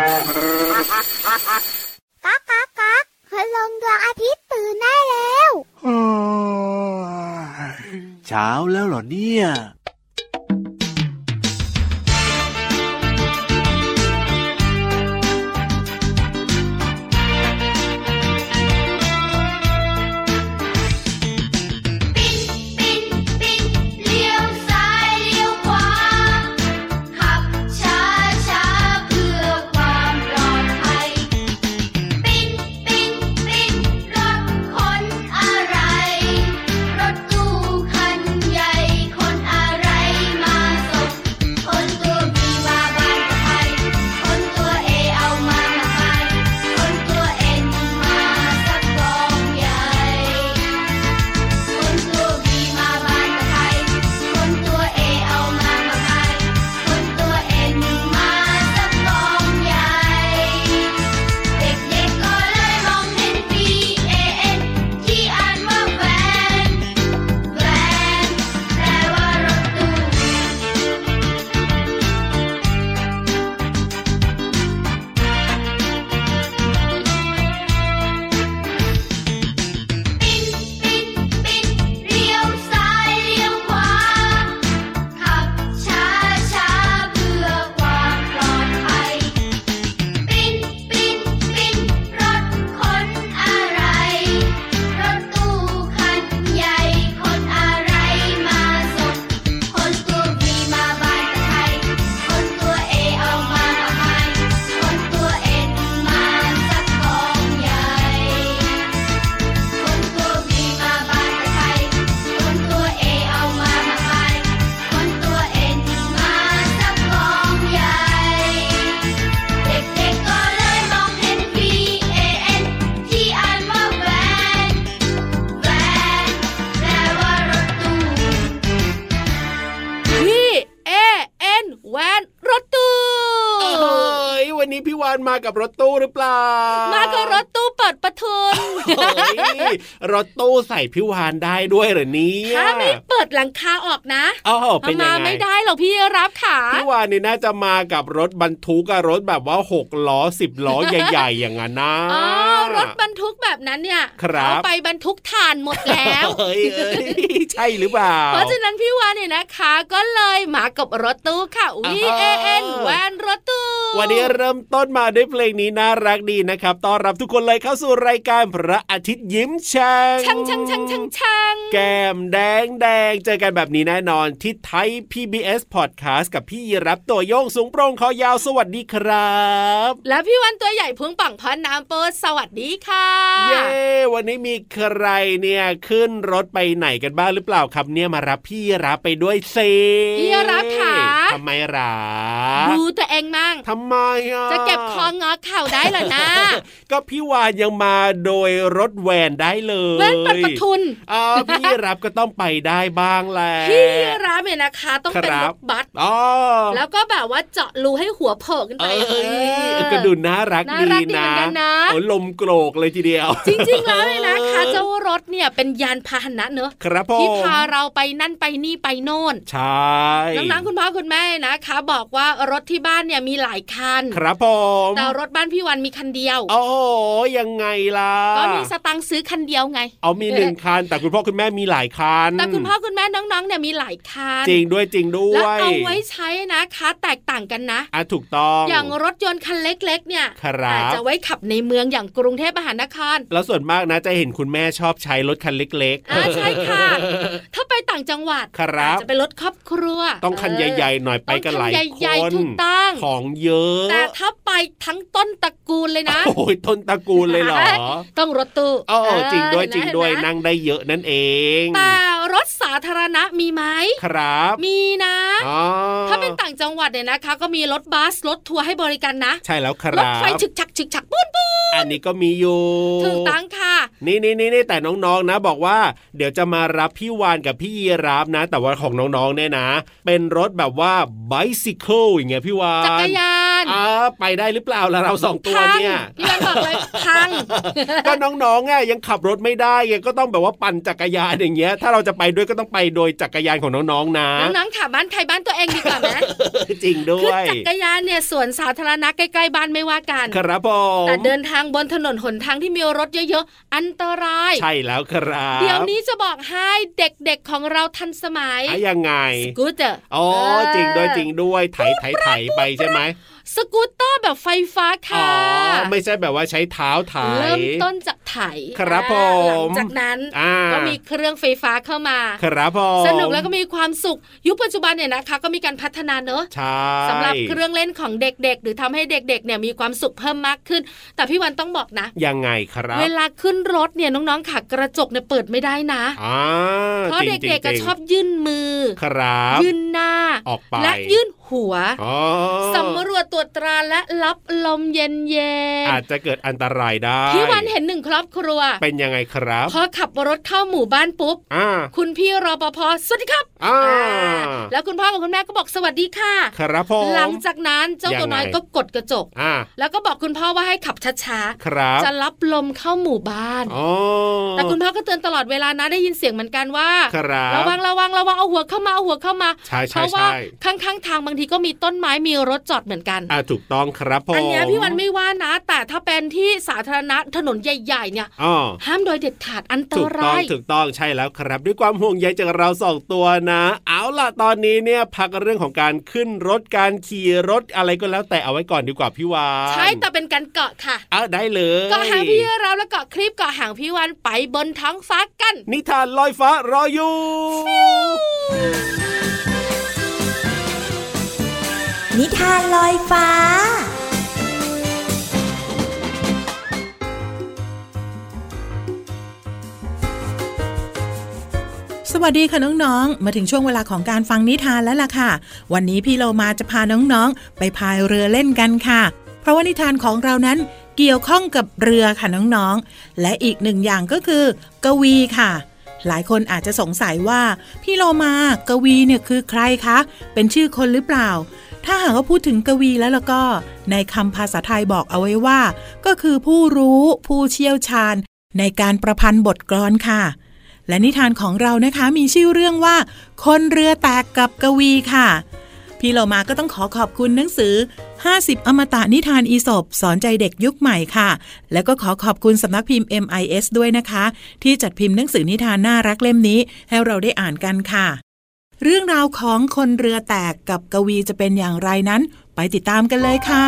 ก๊ากก๊ากก๊ากคืนลงดวงอาทิตย์ตื่นได้แล้วเช้าแล้วเหรอเนี่ยมากับรถตู้หรือเปล่ามากับรถตู้เปิดประทุนรถตู้ใส่พี่วานได้ด้วยเหรอเนี่ยถ้าไม่เปิดหลังคาออกนะเป็นยังไงมาไม่ได้หรอกพี่รับขาพี่วานนี่น่าจะมากับรถบรรทุกกับรถแบบว่า6ล้อ10ล้อใหญ่ๆอย่างนั้นนะรถบรรทุกแบบนั้นเนี่ยเขาไปบรรทุกถ่านหมดแล้วใช่หรือเปล่าเพราะฉะนั้นพี่วานเนี่ยนะคะก็เลยมากับรถตู้ค่ะVAN แวนรถตู้วันนี้เริ่มต้นมาด้วยเพลงนี้น่ารักดีนะครับต้อนรับทุกคนเลยเข้าสู่รายการพระอาทิตย์ยิ้มช่างแก้มแดงเจอกันแบบนี้แน่นอนที่ไทย PBS Podcast กับพี่รับตัวโยงสูงโปร่งคอยาวสวัสดีครับและพี่วันตัวใหญ่พุงป่องพอน้ำเปิดสวัสดีค่ะเย้วันนี้มีใครเนี่ยขึ้นรถไปไหนกันบ้างหรือเปล่าครับเนี่ยมารับพี่รับไปด้วยเซพี่รับค่ะทำไมหรอดูตัวเองมั่งทำไมจะเก็บคองอเข่าได้เหรอนะก็พี่วานยังมาโดยรถแวนได้เลยแวนปัดประทุนพี่รับก็ต้องไปได้บ้างแหละพี่รับเนี่ยนะคะต้องเป็นรถบัสแล้วก็แบบว่าเจาะรูให้หัวโผล่ขึ้นไปก็ดูน่ารักดีนะลมโกรกเลยทีเดียวจริงๆแล้วเลยนะคะเจ้ารถเนี่ยเป็นยานพาหนะเนอะที่พาเราไปนั่นไปนี่ไปโน่นใช่น้องๆคุณพ่อคุณแม่นะคะบอกว่ารถที่บ้านเนี่ยมีหลายคันครับผมแต่รถบ้านพี่วันมีคันเดียวโอ้ยังไงล่ะก็มีสตังค์ซื้อคันเดียวไงมี1คันแต่คุณพ่อคุณแม่มีหลายคันแต่คุณพ่อคุณแม่น้องๆเนี่ยมีหลายคันจริงด้วยแล้วเอาไว้ใช้นะคะแตกต่างกันนะถูกต้องอย่างรถยนต์คันเล็กๆเนี่ยอาจจะไว้ขับในเมืองอย่างกรุงเทพมหานครแล้วส่วนมากนะจะเห็นคุณแม่ชอบใช้รถคันเล็กๆใช่ค่ะถ้าไปต่างจังหวัดจะเป็นรถครอบครัวต้องคันใหญ่ๆหน่อยไปกันหลายคนถูกต้องของเยอะแต่ถ้าไปทั้งต้นตระกูลเลยนะโอ้ยต้นตระกูลเลยเหรอต้องรถตู้จริงด้วยนั่งได้เยอะนั่นเองแต่รถสาธารณะมีไหมครับมีนะถ้าเป็นต่างจังหวัดเนี่ยนะคะก็มีรถบัสรถทัวร์ให้บริการนะใช่แล้วครับรถไฟฉึกฉักปุ้นอันนี้ก็มีอยู่ถูกต้องค่ะนี่แต่น้องๆนะบอกว่าเดี๋ยวจะมารับพี่วานกับพี่ยีราฟนะแต่ว่าของน้องๆเนี่ยนะเป็นรถแบบว่า bicycle อย่างเงี้ยพี่วานจักรยานานไปได้หรือเปล่าล่ะเรา2ตัวเนี่ยพี่วันบอกเลยพังก็น้องๆยังขับรถไม่ได้ไงก็ต้องแบบว่าปั่นจักรยานอย่างเงี้ยถ้าเราจะไปด้วยก็ต้องไปโดยจักรยานของน้องๆนะน้องๆขับบ้านใครบ้านตัวเองดีกว่าไหมจริงด้วยคือจักรยานเนี่ยสวนสาธารณะใกล้ๆบ้านไม่ว่ากันครับผมแต่เดินทางบนถนนหนทางที่มีรถเยอะๆอันตรายใช่แล้วครับเดี๋ยวนี้จะบอกให้เด็กๆของเราทันสมัยยังไงสกูตเตอร์อ๋อจริงด้วยไถไปใช่ไหมสกูตเตอร์แบบไฟฟ้าค่ะไม่ใช่แบบว่าใช้เท้าไถเริ่มต้นจากไถครับผมหลังจากนั้นก็มีเครื่องไฟฟ้าเข้ามาครับผมสนุกแล้วก็มีความสุขยุคปัจจุบันเนี่ยนะคะก็มีการพัฒนาเนอะสำหรับเครื่องเล่นของเด็กๆหรือทำให้เด็กๆเนี่ยมีความสุขเพิ่มมากขึ้นแต่พี่วันต้องบอกนะยังไงครับเวลาขึ้นรถเนี่ยน้องๆค่ะกระจกเนี่ยเปิดไม่ได้นะเพราะเด็กๆก็ชอบยื่นมือยื่นหน้าออกไปและยื่นหัวสำรวจตรวจตราและรับลมเย็นๆอาจจะเกิดอันตรายได้พี่วันเห็นหนึ่งครอบครัวเป็นยังไงครับพอขับรถเข้าหมู่บ้านปุ๊บคุณพี่รปภสวัสดีครับแล้วคุณพ่อกับคุณแม่ก็บอกสวัสดีค่ะครับผมหลังจากนั้นเจ้าตัวน้อยก็กดกระจกแล้วก็บอกคุณพ่อว่าให้ขับช้าๆจะรับลมเข้าหมู่บ้านแต่คุณพ่อก็เตือนตลอดเวลานะได้ยินเสียงเหมือนกันว่าระวังเอาหัวเข้ามาเพราะว่าข้างๆทางบางทีก็มีต้นไม้มีรถจอดเหมือนกันถูกต้องครับผมอันนี้พี่วันไม่ว่านะแต่ถ้าเป็นที่สาธารณะถนนใหญ่ๆเนี่ยห้ามโดยเด็ดขาดอันตรายถูกต้องใช่แล้วครับด้วยความห่วงใยจากเรา2ตัวนะเอาล่ะตอนนี้เนี่ยพักเรื่องของการขึ้นรถการขี่รถอะไรก็แล้วแต่เอาไว้ก่อนดีกว่าพี่วานใช่แต่เป็นการเกาะค่ะได้เลยเกาะหางพี่เราแล้วเกาะคลิปเกาะหางพี่วันไปบนท้องฟ้ากันนิทานลอยฟ้ารออยู่นิทานลอยฟ้าสวัสดีค่ะน้องๆมาถึงช่วงเวลาของการฟังนิทานแล้วล่ะค่ะวันนี้พี่เรามาจะพาน้องๆไปพายเรือเล่นกันค่ะเพราะว่านิทานของเรานั้นเกี่ยวข้องกับเรือค่ะน้องๆและอีกหนึ่งอย่างก็คือกวีค่ะหลายคนอาจจะสงสัยว่าพี่เรามากวีเนี่ยคือใครคะเป็นชื่อคนหรือเปล่าถ้าหากว่าพูดถึงกวีแล้วก็ในคำภาษาไทยบอกเอาไว้ว่าก็คือผู้รู้ผู้เชี่ยวชาญในการประพันธ์บทกลอนค่ะและนิทานของเรานะคะมีชื่อเรื่องว่าคนเรือแตกกับกวีค่ะพี่เรามาก็ต้องขอบคุณหนังสือ50อมตะนิทานอีสปสอนใจเด็กยุคใหม่ค่ะแล้วก็ขอบคุณสำนักพิมพ์ MIS ด้วยนะคะที่จัดพิมพ์หนังสือนิทานน่ารักเล่มนี้ให้เราได้อ่านกันค่ะเรื่องราวของคนเรือแตกกับกวีจะเป็นอย่างไรนั้นไปติดตามกันเลยค่ะ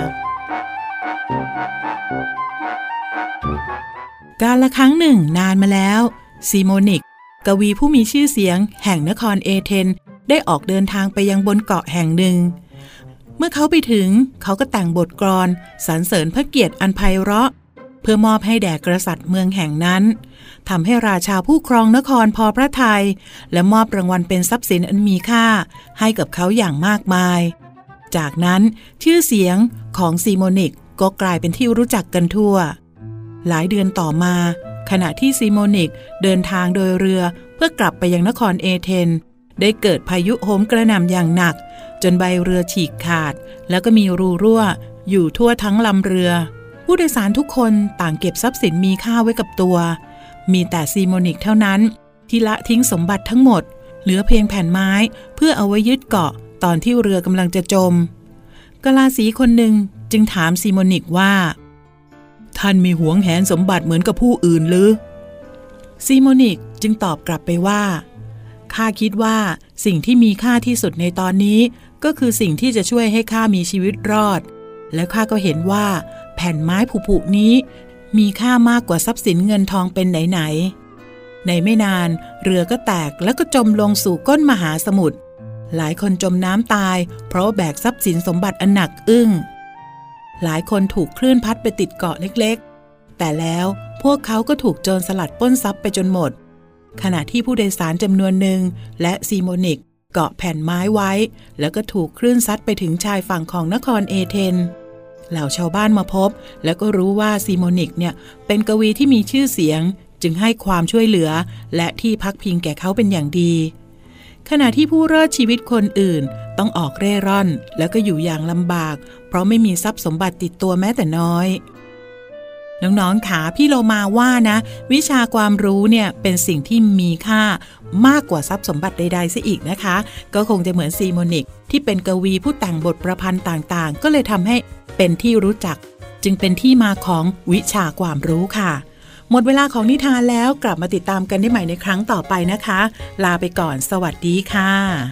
กาลครั้งหนึ่งนานมาแล้วซีโมนิกกวีผู้มีชื่อเสียงแห่งนครเอเธนได้ออกเดินทางไปยังบนเกาะแห่งหนึ่งเมื่อเขาไปถึงเขาก็แต่งบทกลอนสรรเสริญพระเกียรติอันไพเราะเพื่อมอบให้แด่กษัตริย์เมืองแห่งนั้นทำให้ราชาผู้ครองนครพอพระทัยและมอบรางวัลเป็นทรัพย์สินอันมีค่าให้กับเขาอย่างมากมายจากนั้นชื่อเสียงของซีโมนิกก็กลายเป็นที่รู้จักกันทั่วหลายเดือนต่อมาขณะที่ซีโมนิกเดินทางโดยเรือเพื่อกลับไปยังนครเอเธนได้เกิดพายุโหมกระหน่ำอย่างหนักจนใบเรือฉีกขาดแล้วก็มีรูรั่วอยู่ทั่วทั้งลำเรือผู้โดยสารทุกคนต่างเก็บทรัพย์สินมีค่าไว้กับตัวมีแต่ซีโมนิกเท่านั้นที่ละทิ้งสมบัติทั้งหมดเหลือเพียงแผ่นไม้เพื่อเอาไว้ยึดเกาะตอนที่เรือกำลังจะจมกะลาสีคนหนึ่งจึงถามซีโมนิกว่าท่านมีหวงแหนสมบัติเหมือนกับผู้อื่นหรือซีโมนิกจึงตอบกลับไปว่าข้าคิดว่าสิ่งที่มีค่าที่สุดในตอนนี้ก็คือสิ่งที่จะช่วยให้ข้ามีชีวิตรอดและข้าก็เห็นว่าแผ่นไม้ผุๆนี้มีค่ามากกว่าทรัพย์สินเงินทองเป็นไหนในไม่นานเรือก็แตกแล้วก็จมลงสู่ก้นมหาสมุทรหลายคนจมน้ำตายเพราะแบกทรัพย์สินสมบัติอันหนักอึ้งหลายคนถูกคลื่นพัดไปติดเกาะเล็กๆแต่แล้วพวกเขาก็ถูกโจรสลัดปล้นทรัพย์ไปจนหมดขณะที่ผู้โดยสารจำนวนหนึ่งและซีโมนิกเกาะแผ่นไม้ไว้แล้วก็ถูกคลื่นซัดไปถึงชายฝั่งของนครเอเธนเหล่าชาวบ้านมาพบแล้วก็รู้ว่าซีโมนิกเนี่ยเป็นกวีที่มีชื่อเสียงจึงให้ความช่วยเหลือและที่พักพิงแก่เขาเป็นอย่างดีขณะที่ผู้รอดชีวิตคนอื่นต้องออกเร่ร่อนแล้วก็อยู่อย่างลำบากเพราะไม่มีทรัพย์สมบัติติดตัวแม้แต่น้อยน้องๆค่ะพี่โลมาว่านะวิชาความรู้เนี่ยเป็นสิ่งที่มีค่ามากกว่าทรัพย์สมบัติใดๆซะอีกนะคะก็คงจะเหมือนซีโมนิกที่เป็นกวีผู้แต่งบทประพันธ์ต่างๆก็เลยทำให้เป็นที่รู้จักจึงเป็นที่มาของวิชาความรู้ค่ะหมดเวลาของนิทานแล้วกลับมาติดตามกันได้ใหม่ในครั้งต่อไปนะคะลาไปก่อนสวัสดีค่ะ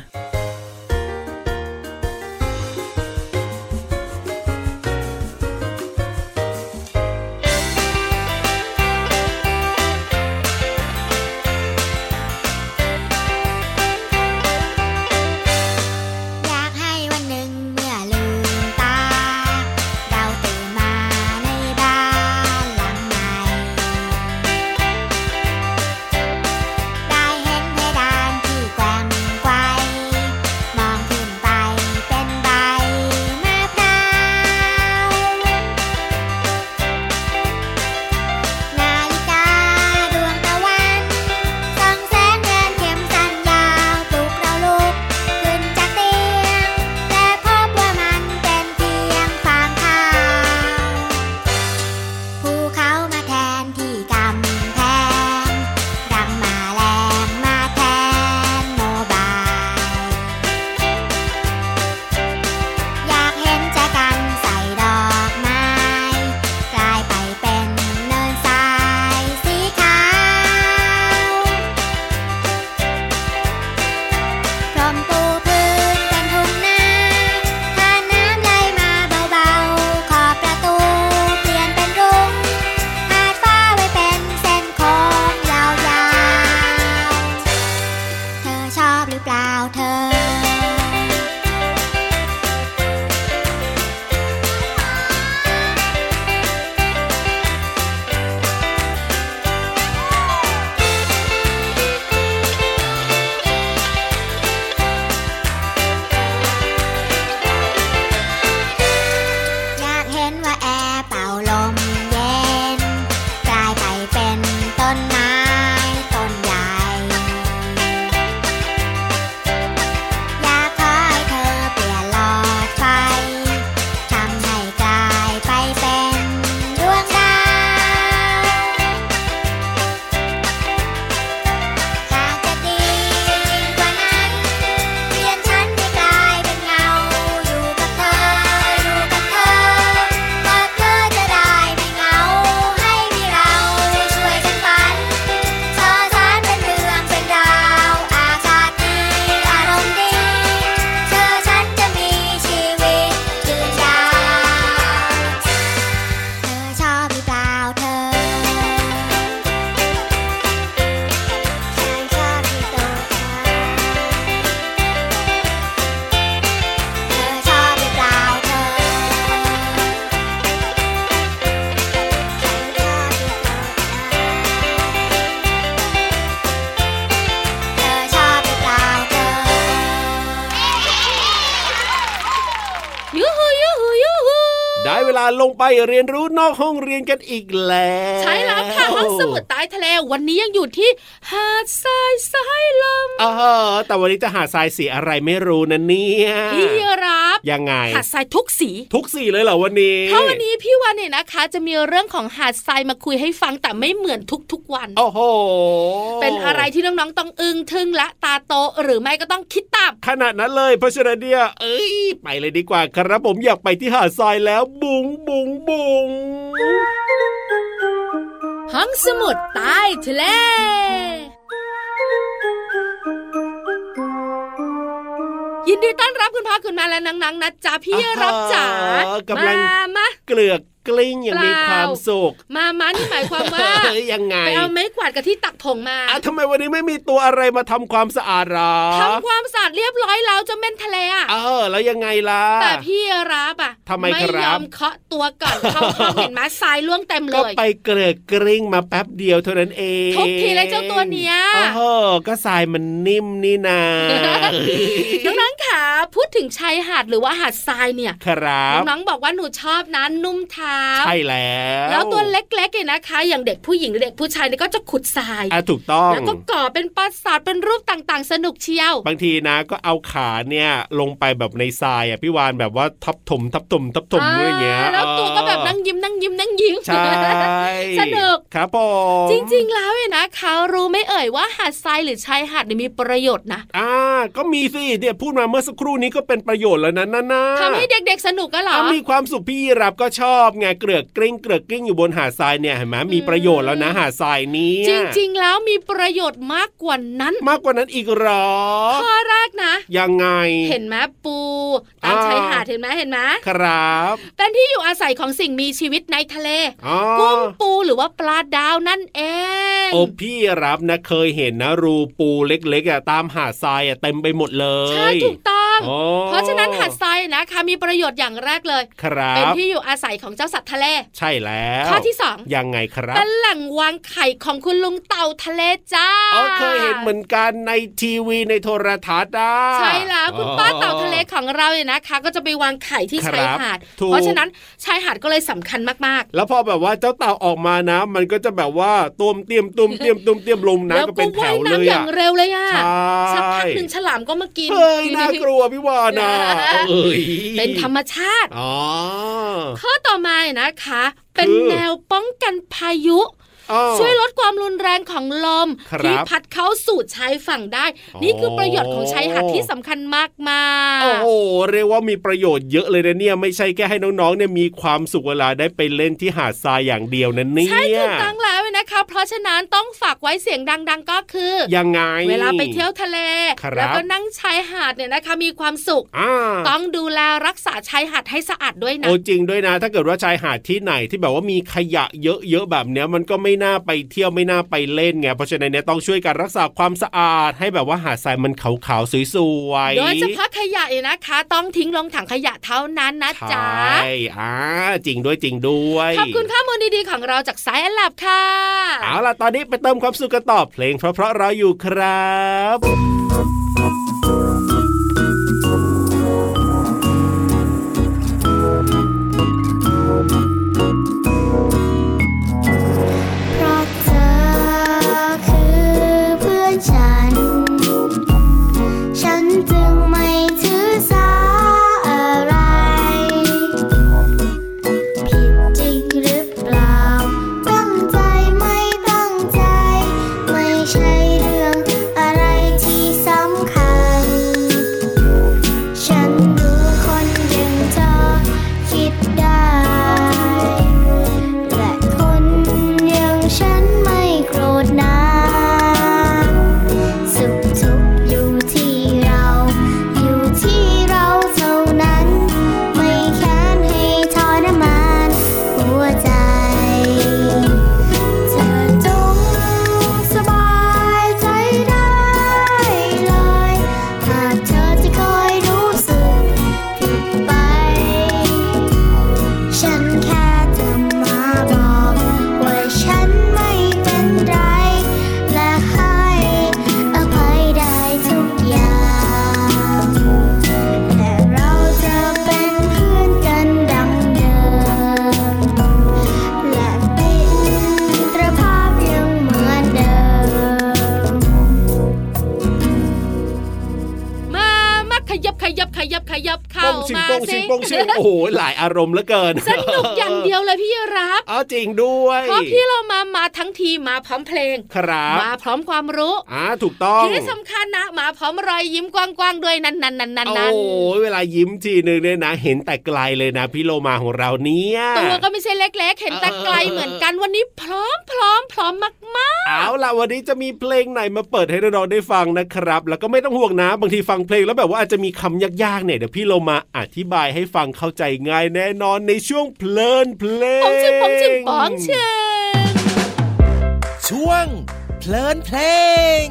ลงไปเรียนรู้นอกห้องเรียนกันอีกแล้วใช่แล้วค่ะห้องสมุดใต้ทะเลวันนี้ยังอยู่ที่หาดทรายสายลมแต่วันนี้จะหาดทรายสีอะไรไม่รู้นะเนี่ยพี่รับยังไงหาดทรายทุกสีเลยเหรอวันนี้เพราะวันนี้พี่วันเนี่ยนะคะจะมีเรื่องของหาดทรายมาคุยให้ฟังแต่ไม่เหมือนทุกวันโอ้โหเป็นอะไรที่น้องๆต้องอึ้งทึ่งและตาโตหรือไม่ก็ต้องคิดตามขนาดนั้นเลยเพราะฉะนั้นเนี่ยไปเลยดีกว่าครับผมอยากไปที่หาดทรายแล้วบุ๋งห้องสมุดใต้ทะเลยินดีต้อนรับคุณพ่อคุณแม่และน้องๆนะจ๊ะพี่รับจ๋ากำลังเกลือกกลิ้งอย่างมีความสุขมานี่หมายความว่ายังไงไปเอาไม้กวาดกับที่ตักผงมาทำไมวันนี้ไม่มีตัวอะไรมาทำความสะอาดหรอทำความสะอาดเรียบร้อยแล้วเจ้าเม่นทะเลแล้วยังไงล่ะแต่พี่รับทำไมครับไม่ยอมเคาะตัวก่อนเข้าห้องเห็นไหมทรายล่วงเต็มเลยก็ไปเกลือกกลิ้งมาแป๊บเดียวเท่านั้นเองทุกทีเลยเจ้าตัวเนี้ยก็ทรายมันนิ่มนี่นาน้องๆค่ะพูดถึงงชายหาดหรือว่าหาดทรายเนี่ยครับน้องๆบอกว่าหนูชอบนะนุ่มเท้าใช่แล้วตัวเล็กๆเนี่ยนะคะอย่างเด็กผู้หญิงหรือเด็กผู้ชายเนี่ยก็จะขุดทรายถูกต้องแล้วก็ก่อเป็นปราสาทเป็นรูปต่างๆสนุกเชียวบางทีนะก็เอาขาเนี่ยลงไปแบบในทรายพี่วานแบบว่าทับถมอย่างเงี้ยแล้วตัวก็แบบนั่งยิ้มใช่สนุกครับผมจริงๆแล้วเนี่ยนะคะรู้ไม่เอ่ยว่าหาดทรายหรือชายหาดมีประโยชน์นะก็มีสิเนี่ยพูดมาเมื่อสักครู่นี้ก็เป็นประโยชน์แล้วนะทำให้เด็กๆสนุกกันเหรอมีความสุขพี่รับก็ชอบไงเกลือกกลิ้งอยู่บนหาดทรายเนี่ยเห็นไหมมีประโยชน์แล้วนะหาดทรายนี้จริงๆแล้วมีประโยชน์มากกว่านั้นอีกหรอข้อแรกนะยังไงเห็นไหมปูตามชายหาดเห็นไหมครับเป็นที่อยู่อาศัยของสิ่งมีชีวิตในทะเลกุ้งปูหรือว่าปลาดาวนั่นเองพี่รับนะเคยเห็นนะรูปูเล็กๆตามหาดทรายเต็มไปหมดเลยใช่ถูกต้องเพราะฉะนั้นหาดทรายนะคะมีประโยชน์อย่างแรกเลยเป็นที่อยู่อาศัยของเจ้าสัตว์ทะเลใช่แล้วข้อที่2 ยังไงครับเป็นแหล่งวางไข่ของคุณลุงเต่าทะเลจ้าเคยเห็นเหมือนกันในทีวีในโทรทัศน์ใช่แล้วคุณป้าเต่าทะเลของเราเนี่ยนะคะก็จะไปวางไข่ที่ชายหาดเพราะฉะนั้นชายหาดก็เลยสำคัญมากๆแล้วพอแบบว่าเจ้าเต่าออกมานะมันก็จะแบบว่าตุ้มเตี้ยมลงน้ำก็เป็นแถวเลยอย่างเร็วเลยสักพักหนึ่งฉลามก็มากินน่ากลัวพี่วานะเป็นธรรมชาติข้อต่อมานะคะเป็นแนวป้องกันพายุช่วยลดความรุนแรงของลมที่พัดเข้าสู่ชายฝั่งได้นี่คือประโยชน์ของชายหาดที่สำคัญมากๆโอ้โหเรียกว่ามีประโยชน์เยอะเลยนะเนี่ยไม่ใช่แค่ให้น้องๆเนี่ยมีความสุขเวลาได้ไปเล่นที่หาดทรายอย่างเดียวนั่นนี่ใช่ถูกต้องแล้วนะคะเพราะฉะนั้นต้องฝากไว้เสียงดังๆก็คือยังไงเวลาไปเที่ยวทะเลแล้วก็นั่งชายหาดเนี่ยนะคะมีความสุขต้องดูแลรักษาชายหาดให้สะอาดด้วยนะจริงด้วยนะถ้าเกิดว่าชายหาดที่ไหนที่แบบว่ามีขยะเยอะๆแบบเนี้ยมันก็ไม่น่าไปเที่ยวไม่น่าไปเล่นไงเพราะฉะนั้นเนี่ยต้องช่วยกันรักษาความสะอาดให้แบบว่าหาดทรายมันขาวๆสวยๆโดยเฉพาะขยะเนี่ยนะคะต้องทิ้งลงถังขยะเท่านั้นนะจ๊ะใช่จริงด้วยขอบคุณข้อมูลดีๆของเราจากสายแอนแลบค่ะเอาล่ะตอนนี้ไปเติมความสุขกันต่อเพลงเพราะๆรออยู่ครับป้งชิงโอ้โหหลายอารมณ์เหลือเกินสนุกอย่างเดียวเลยพี่รับจริงด้วยเพราะพี่เรามาทั้งทีมาพร้อมเพลงครับมาพร้อมความรู้ถูกต้องที่สำคัญนะมาพร้อมรอยยิ้มกว้างๆด้วยนั่นโอ้เวลายิ้มทีนึงเนี่ยนะเห็นแต่ไกลเลยนะพี่โลมาของเราเนี่ยตัวก็ไม่ใช่เล็กๆเห็นแต่ไกลเหมือนกันวันนี้พร้อมมากๆเอาล่ะวันนี้จะมีเพลงไหนมาเปิดให้น้องๆได้ฟังนะครับแล้วก็ไม่ต้องห่วงนะบางทีฟังเพลงแล้วแบบว่าอาจจะมีคำยากๆเนี่ยเดี๋ยวพี่โลมาอธิบายให้ฟังเข้าใจง่ายแน่นอนในช่วงเพลินเพลงป๋องชึงช่วงเพลินเพลง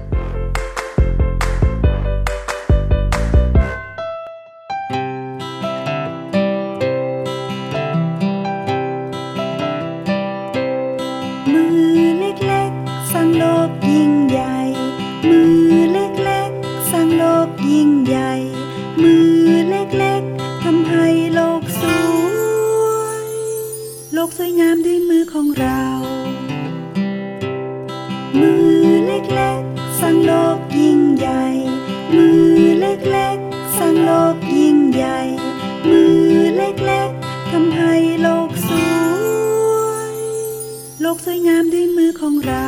มือเล็กๆสร้างโลกยิ่งใหญ่มือเล็กๆสร้างโลกยิ่งใหญ่มือกสวยงามด้วยมือของเรามือเล็กๆสร้างโลกยิ่งใหญ่มือเล็กๆสร้างโลกยิ่งใหญ่มือเล็กๆทำให้โลกสวยโลกสวยงามด้วยมือของเรา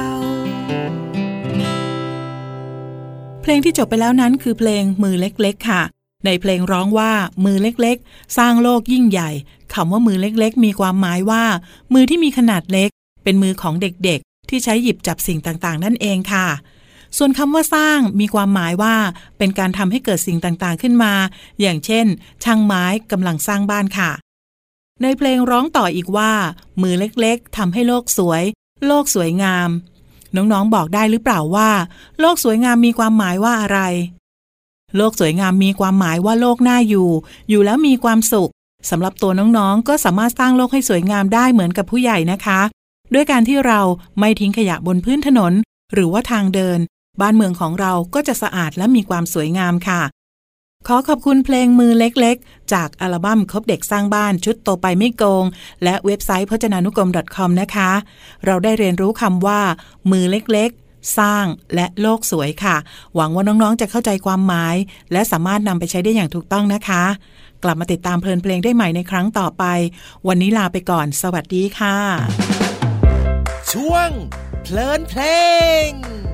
เพลงที่จบไปแล้วนั้นคือเพลงมือเล็กๆค่ะในเพลงร้องว่ามือเล็กๆสร้างโลกยิ่งใหญ่คำว่ามือเล็กๆมีความหมายว่ามือที่มีขนาดเล็กเป็นมือของเด็กๆที่ใช้หยิบจับสิ่งต่างๆนั่นเองค่ะส่วนคำว่าสร้างมีความหมายว่าเป็นการทำให้เกิดสิ่งต่างๆขึ้นมาอย่างเช่นช่างไม้กำลังสร้างบ้านค่ะในเพลงร้องต่ออีกว่ามือเล็กๆทำให้โลกสวยโลกสวยงามน้องๆบอกได้หรือเปล่าว่าโลกสวยงามมีความหมายว่าอะไรโลกสวยงามมีความหมายว่าโลกน่าอยู่แล้วมีความสุขสำหรับตัวน้องๆก็สามารถสร้างโลกให้สวยงามได้เหมือนกับผู้ใหญ่นะคะด้วยการที่เราไม่ทิ้งขยะบนพื้นถนนหรือว่าทางเดินบ้านเมืองของเราก็จะสะอาดและมีความสวยงามค่ะขอขอบคุณเพลงมือเล็กๆจากอัลบั้มคบเด็กสร้างบ้านชุดโตไปไม่โกงและเว็บไซต์พจนานุกรม .com นะคะเราได้เรียนรู้คำว่ามือเล็กๆสร้างและโลกสวยค่ะหวังว่าน้องๆจะเข้าใจความหมายและสามารถนำไปใช้ได้อย่างถูกต้องนะคะกลับมาติดตามเพลินเพลงได้ใหม่ในครั้งต่อไปวันนี้ลาไปก่อนสวัสดีค่ะช่วงเพลินเพลง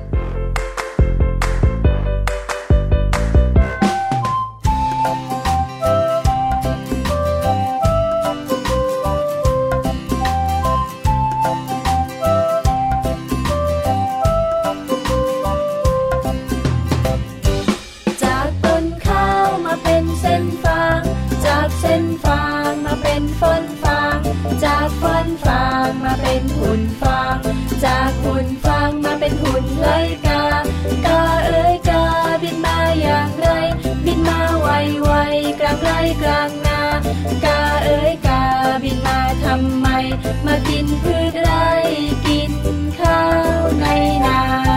จากฟันฟางมาเป็นหุ่นฟางจากหุ่นฟางมาเป็นหุ่นไลกากาเอ้ยกาบินมาอย่างไรบินมาไวๆกลางไร่กลางนากาเอ้ยกาบินมาทำไมมากินพืชไร่กินข้าวในนา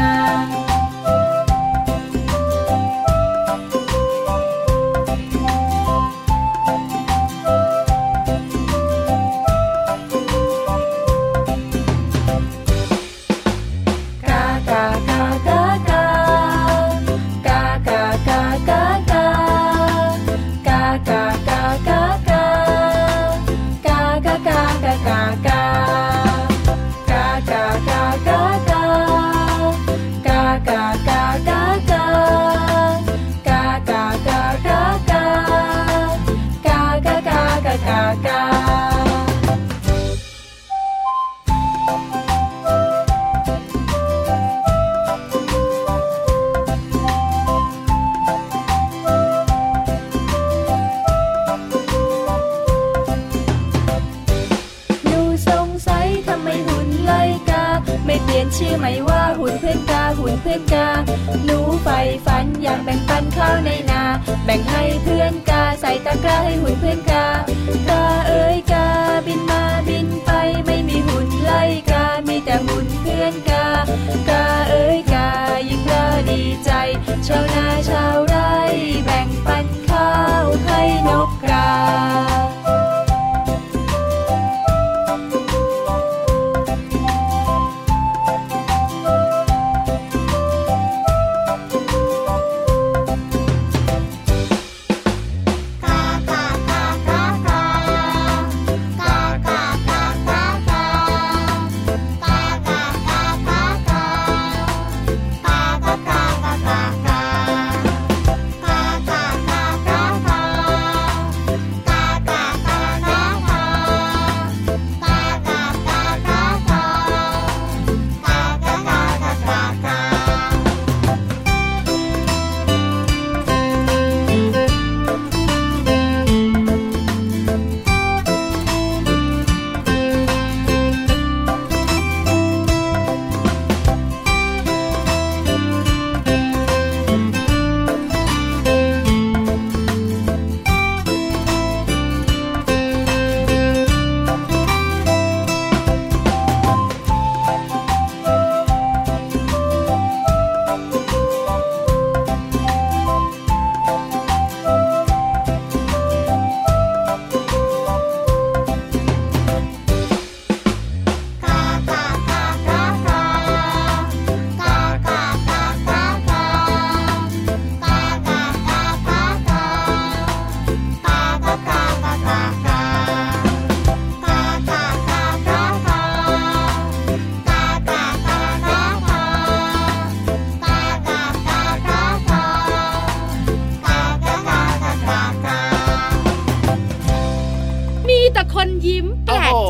ชื่อไหมว่าหุ่นเพื่อนกาหุ่นเพื่อนกาหนูใฝ่ฝันอยากแบ่งปันข้าวในนาแบ่งให้เพื่อนกาใส่ตะกร้าให้หุ่นเพื่อนกากาเอ้ยกาบินมาบินไปไม่มีหุ่นไล่กามีแต่หุ่นเพื่อนกากาเอ้ยกายิ่งละดีใจชาวนาชาวไร่แบ่งปันข้าวให้นกกากากากากากากากาก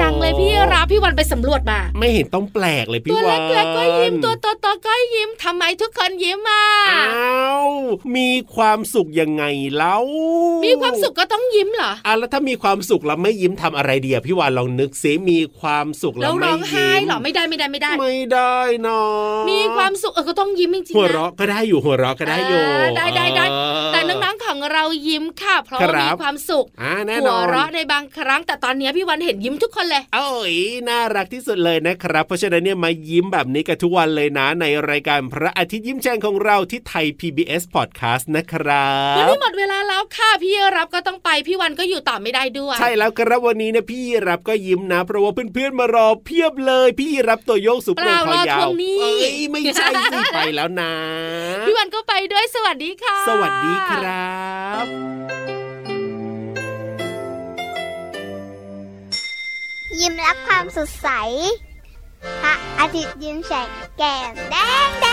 จังเลยพี่รับพี่วันไปสำรวจมาไม่เห็นต้องแปลกเลยพี่วันตัวเล็กๆก็ยิ้มตัวโตๆก็ยิ้มทำไมทุกคนยิ้มอ่ะมีความสุขยังไงเล่ามีความสุขก็ต้องยิ้มเหรอแล้วถ้ามีความสุขแล้วไม่ยิ้มทำอะไรดีพี่วันลองนึกซิมีความสุขแล้วไม่ยิ้มร้องไห้เหรอไม่ได้ไม่ได้นะมีความสุขก็ต้องยิ้มจริงๆนะหัวเราะก็ได้อยู่หัวเราะก็ได้อยู่ได้แต่น้องๆของเรายิ้มค่ะเพราะมีความสุขหัวเราะในบางครั้งแต่ตอนนี้พี่วันเห็นยิ้มทุกคนเลยโอ้ยน่ารักที่สุดเลยนะครับเพราะฉะนั้นเนี่ยมายิ้มแบบนี้กันทุกวันเลยนะในรายการพระอาทิตย์ยิ้มแฉ่งของเราที่ไทย PBS Podcast นะครับวันนี้หมดเวลาแล้วค่ะพี่รับก็ต้องไปพี่วันก็อยู่ต่อไม่ได้ด้วยใช่แล้วครับวันนี้นะพี่รับก็ยิ้มนะเพราะว่าเพื่อนๆมารอเพียบเลยพี่รับตัวโยกสุโปร่งคอยาวไม่ใช่สิไปแล้วนะพี่วันก็ไปด้วยสวัสดีค่ะสวัสดีครับยิ้มรับความสดใสพระอาทิตย์ยิ้มแฉกแก้มแดง